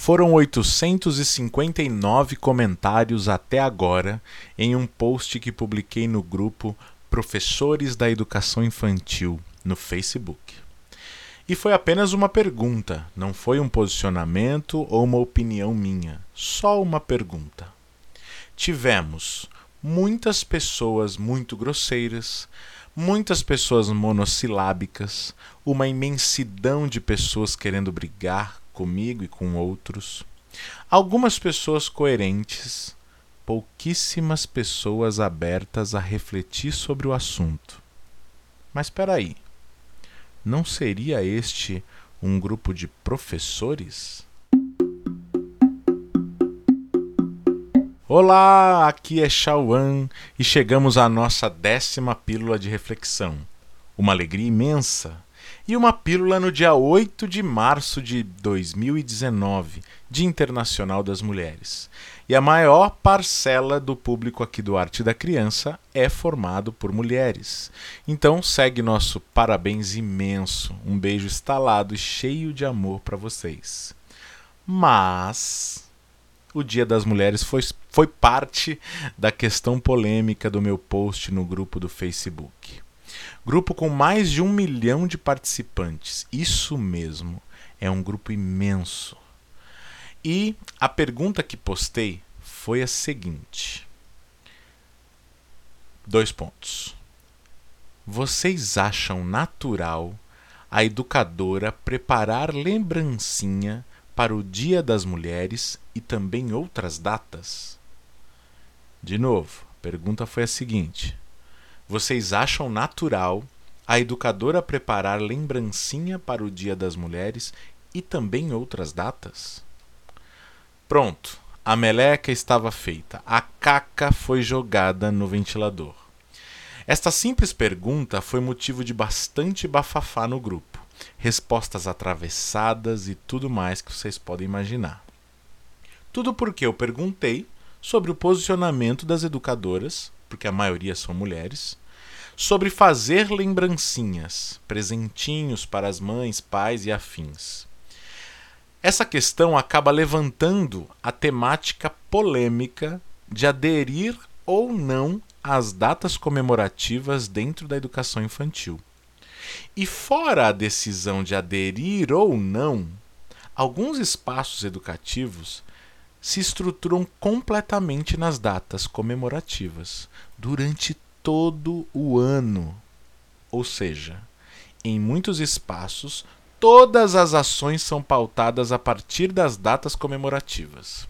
Foram 859 comentários até agora em um post que publiquei no grupo Professores da Educação Infantil no Facebook. E foi apenas uma pergunta, não foi um posicionamento ou uma opinião minha, só uma pergunta. Tivemos muitas pessoas muito grosseiras, muitas pessoas monossilábicas, uma imensidão de pessoas querendo brigar comigo e com outros, algumas pessoas coerentes, pouquíssimas pessoas abertas a refletir sobre o assunto. Mas espera aí, não seria este um grupo de professores? Olá, aqui é Chauan e chegamos à nossa 10ª pílula de reflexão. Uma alegria imensa! E uma pílula no dia 8 de março de 2019, Dia Internacional das Mulheres. E a maior parcela do público aqui do Arte da Criança é formado por mulheres. Então segue nosso parabéns imenso, um beijo estalado e cheio de amor para vocês. Mas o Dia das Mulheres foi parte da questão polêmica do meu post no grupo do Facebook. Grupo com mais de 1 milhão de participantes. Isso mesmo, é um grupo imenso. E a pergunta que postei foi a seguinte. 2 pontos. Vocês acham natural a educadora preparar lembrancinha para o Dia das Mulheres e também outras datas? De novo, a pergunta foi a seguinte. Vocês acham natural a educadora preparar lembrancinha para o Dia das Mulheres e também outras datas? Pronto, a meleca estava feita, a caca foi jogada no ventilador. Esta simples pergunta foi motivo de bastante bafafá no grupo, respostas atravessadas e tudo mais que vocês podem imaginar. Tudo porque eu perguntei sobre o posicionamento das educadoras, porque a maioria são mulheres, sobre fazer lembrancinhas, presentinhos para as mães, pais e afins. Essa questão acaba levantando a temática polêmica de aderir ou não às datas comemorativas dentro da educação infantil. E fora a decisão de aderir ou não, alguns espaços educativos se estruturam completamente nas datas comemorativas, durante todo o ano. Ou seja, em muitos espaços, todas as ações são pautadas a partir das datas comemorativas.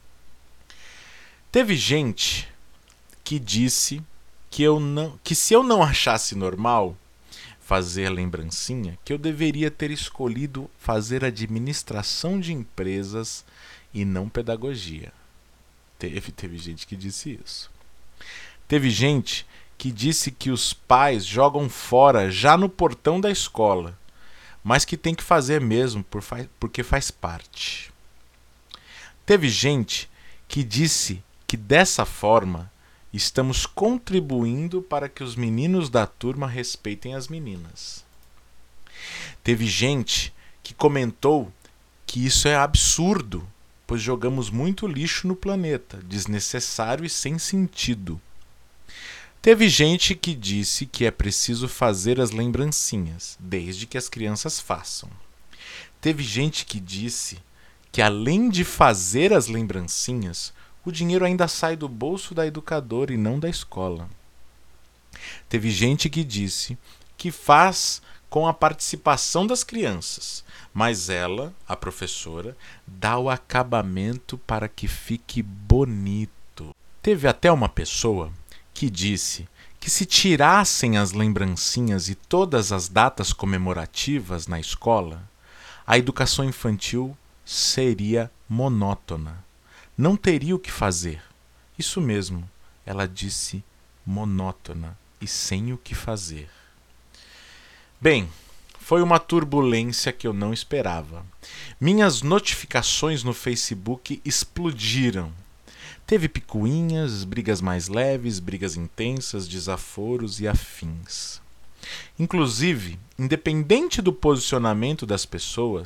Teve gente que disse que se eu não achasse normal fazer lembrancinha, que eu deveria ter escolhido fazer administração de empresas e não pedagogia. Teve gente que disse isso. Teve gente que disse que os pais jogam fora já no portão da escola, mas que tem que fazer mesmo porque faz parte. Teve gente que disse que dessa forma estamos contribuindo para que os meninos da turma respeitem as meninas. Teve gente que comentou que isso é absurdo, pois jogamos muito lixo no planeta, desnecessário e sem sentido. Teve gente que disse que é preciso fazer as lembrancinhas, desde que as crianças façam. Teve gente que disse que além de fazer as lembrancinhas, o dinheiro ainda sai do bolso da educadora e não da escola. Teve gente que disse que faz com a participação das crianças, mas ela, a professora, dá o acabamento para que fique bonito. Teve até uma pessoa que disse que se tirassem as lembrancinhas e todas as datas comemorativas na escola, a educação infantil seria monótona. Não teria o que fazer. Isso mesmo, ela disse monótona e sem o que fazer. Bem, foi uma turbulência que eu não esperava. Minhas notificações no Facebook explodiram. Teve picuinhas, brigas mais leves, brigas intensas, desaforos e afins. Inclusive, independente do posicionamento das pessoas,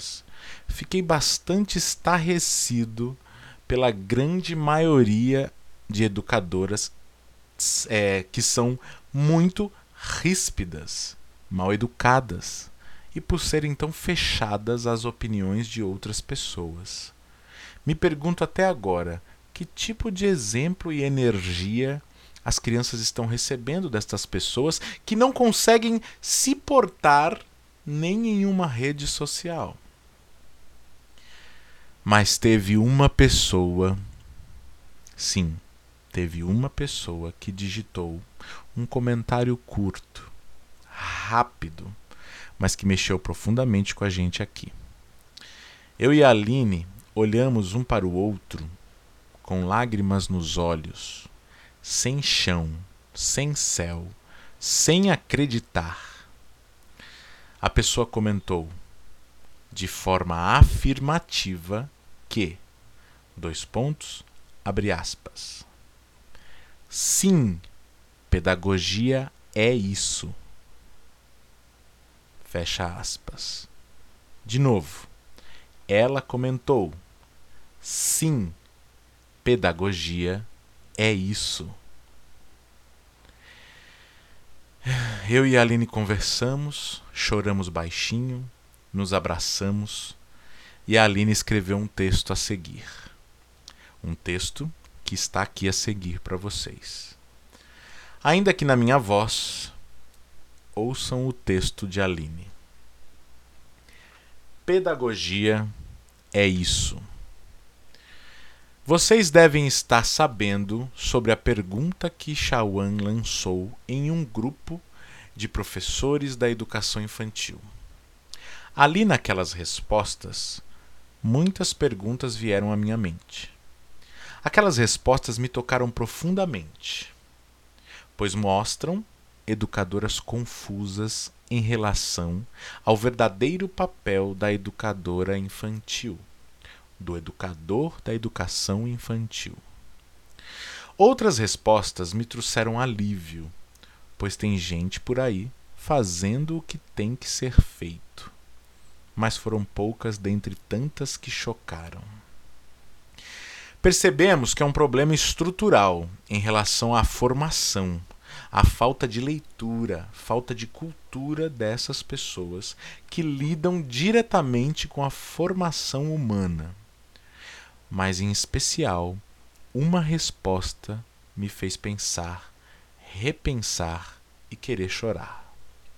fiquei bastante estarrecido pela grande maioria de educadoras que são muito ríspidas, mal educadas e por serem tão fechadas às opiniões de outras pessoas. Me pergunto até agora que tipo de exemplo e energia as crianças estão recebendo destas pessoas que não conseguem se portar nem em uma rede social. Mas teve uma pessoa, sim, teve uma pessoa que digitou um comentário curto, rápido, mas que mexeu profundamente com a gente aqui. Eu e a Aline olhamos um para o outro com lágrimas nos olhos, sem chão, sem céu, sem acreditar. A pessoa comentou de forma afirmativa que, abre aspas, sim, pedagogia é isso. Fecha aspas. De novo, ela comentou, sim, pedagogia é isso. Eu e a Aline conversamos, choramos baixinho, nos abraçamos e a Aline escreveu um texto a seguir. Um texto que está aqui a seguir para vocês. Ainda que na minha voz, ouçam o texto de Aline. Pedagogia é isso. Vocês devem estar sabendo sobre a pergunta que Chauhan lançou em um grupo de professores da educação infantil. Ali naquelas respostas, muitas perguntas vieram à minha mente. Aquelas respostas me tocaram profundamente, pois mostram educadoras confusas em relação ao verdadeiro papel da educadora infantil, do educador da educação infantil. Outras respostas me trouxeram alívio, pois tem gente por aí fazendo o que tem que ser feito. Mas foram poucas dentre tantas que chocaram. Percebemos que é um problema estrutural em relação à formação, à falta de leitura, falta de cultura dessas pessoas que lidam diretamente com a formação humana. Mas, em especial, uma resposta me fez pensar, repensar e querer chorar.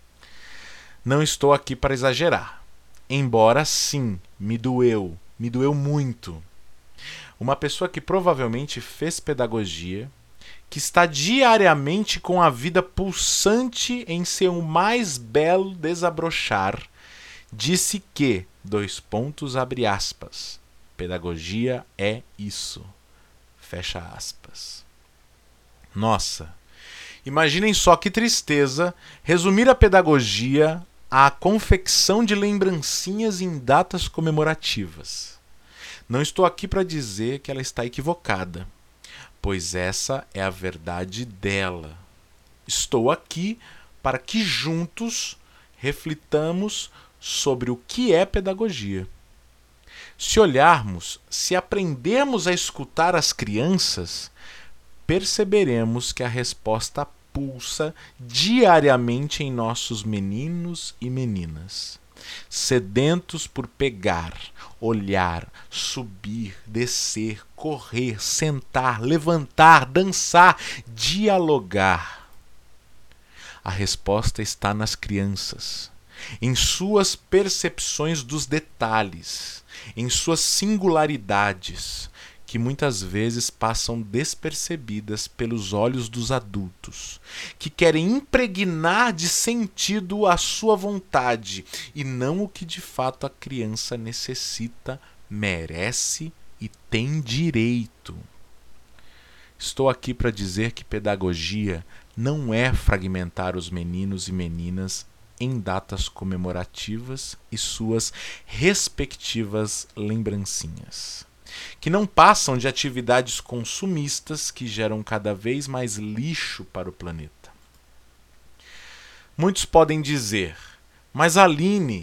Não estou aqui para exagerar, embora sim, me doeu muito. Uma pessoa que provavelmente fez pedagogia, que está diariamente com a vida pulsante em seu mais belo desabrochar, disse que, abre aspas, pedagogia é isso, fecha aspas. Nossa, imaginem só que tristeza resumir a pedagogia à confecção de lembrancinhas em datas comemorativas. Não estou aqui para dizer que ela está equivocada, pois essa é a verdade dela. Estou aqui para que juntos reflitamos sobre o que é pedagogia. Se olharmos, se aprendermos a escutar as crianças, perceberemos que a resposta pulsa diariamente em nossos meninos e meninas, sedentos por pegar, olhar, subir, descer, correr, sentar, levantar, dançar, dialogar. A resposta está nas crianças, em suas percepções dos detalhes, em suas singularidades, que muitas vezes passam despercebidas pelos olhos dos adultos, que querem impregnar de sentido a sua vontade e não o que de fato a criança necessita, merece e tem direito. Estou aqui para dizer que pedagogia não é fragmentar os meninos e meninas em datas comemorativas e suas respectivas lembrancinhas, que não passam de atividades consumistas que geram cada vez mais lixo para o planeta. Muitos podem dizer, mas Aline,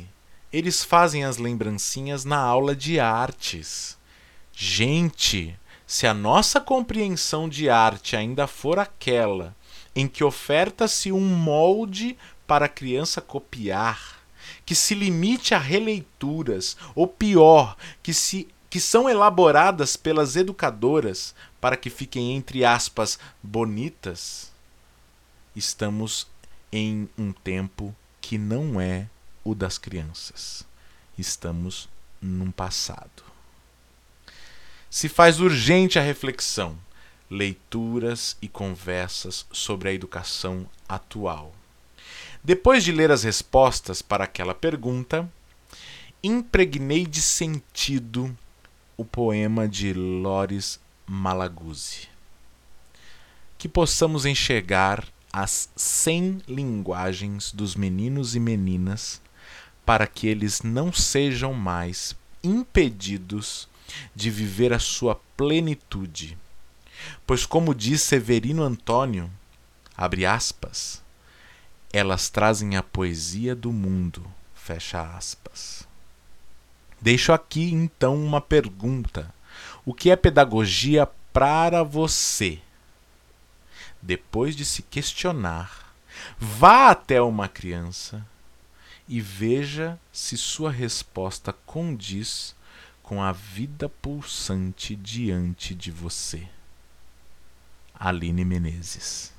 Eles fazem as lembrancinhas na aula de artes. Gente, se a nossa compreensão de arte ainda for aquela em que oferta-se um molde para a criança copiar, que se limite a releituras, ou pior, que são elaboradas pelas educadoras para que fiquem, entre aspas, bonitas, estamos em um tempo que não é o das crianças. Estamos num passado. Se faz urgente a reflexão, leituras e conversas sobre a educação atual. Depois de ler as respostas para aquela pergunta, impregnei de sentido o poema de Loris Malaguzzi. Que possamos enxergar as 100 linguagens dos meninos e meninas para que eles não sejam mais impedidos de viver a sua plenitude. Pois, como diz Severino Antônio, abre aspas, elas trazem a poesia do mundo, fecha aspas. Deixo aqui, então, uma pergunta. O que é pedagogia para você? Depois de se questionar, vá até uma criança e veja se sua resposta condiz com a vida pulsante diante de você. Aline Menezes.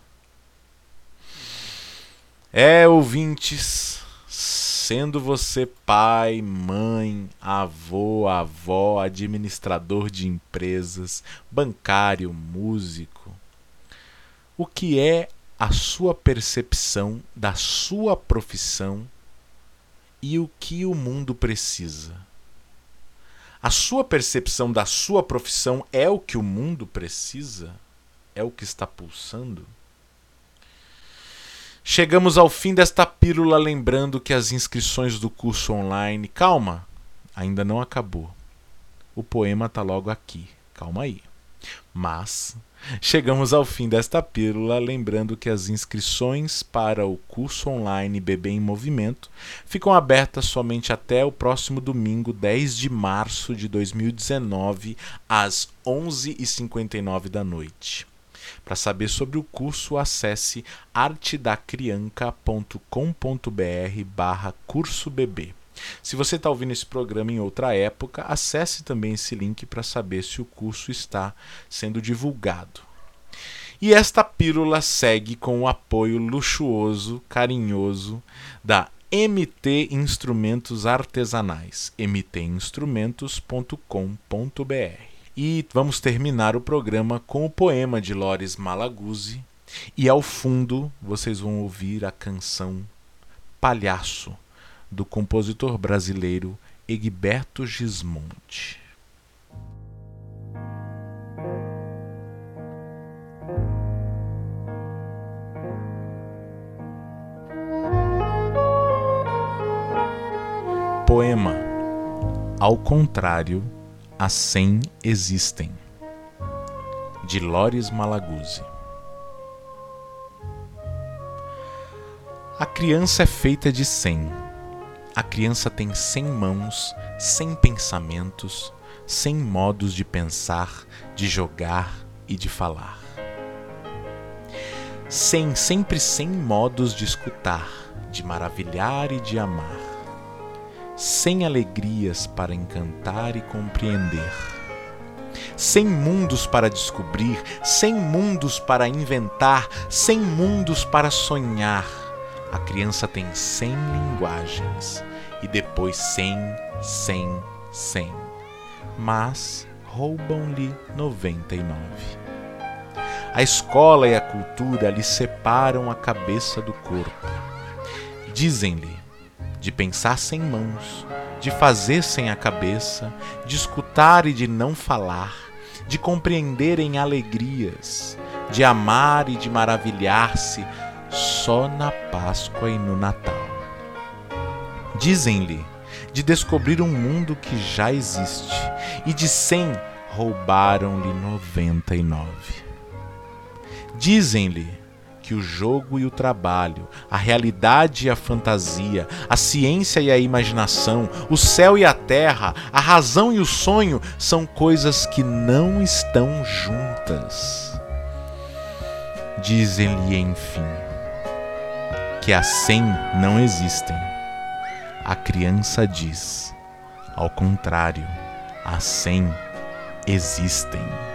Ouvintes, sendo você pai, mãe, avô, avó, administrador de empresas, bancário, músico, o que é a sua percepção da sua profissão e o que o mundo precisa? A sua percepção da sua profissão é o que o mundo precisa? É o que está pulsando? Chegamos ao fim desta pílula, lembrando que as inscrições do curso online... Calma, ainda não acabou. O poema está logo aqui, calma aí. Mas chegamos ao fim desta pílula, lembrando que as inscrições para o curso online Bebê em Movimento ficam abertas somente até o próximo domingo, 10 de março de 2019, às 11h59 da noite. Para saber sobre o curso, acesse artedacrianca.com.br/curso bebê. Se você está ouvindo esse programa em outra época, acesse também esse link para saber se o curso está sendo divulgado. E esta pílula segue com o apoio luxuoso, carinhoso da MT Instrumentos Artesanais, mtinstrumentos.com.br. E vamos terminar o programa com o poema de Loris Malaguzzi. E ao fundo vocês vão ouvir a canção Palhaço, do compositor brasileiro Egberto Gismonti. Poema Ao contrário, as 100 existem, de Loris Malaguzzi. A criança é feita de 100. A criança tem 100 mãos, 100 pensamentos, 100 modos de pensar, de jogar e de falar. 100, sempre 100 modos de escutar, de maravilhar e de amar. 100 alegrias para encantar e compreender. 100 mundos para descobrir, 100 mundos para inventar, 100 mundos para sonhar. A criança tem 100 linguagens e depois 100, 100, 100. Mas roubam-lhe 99. A escola e a cultura lhe separam a cabeça do corpo. Dizem-lhe de pensar sem mãos, de fazer sem a cabeça, de escutar e de não falar, de compreender em alegrias, de amar e de maravilhar-se só na Páscoa e no Natal. Dizem-lhe de descobrir um mundo que já existe, e de 100 roubaram-lhe 99. Dizem-lhe que o jogo e o trabalho, a realidade e a fantasia, a ciência e a imaginação, o céu e a terra, a razão e o sonho são coisas que não estão juntas. Dizem-lhe, enfim, que assim não existem. A criança diz, ao contrário, assim existem.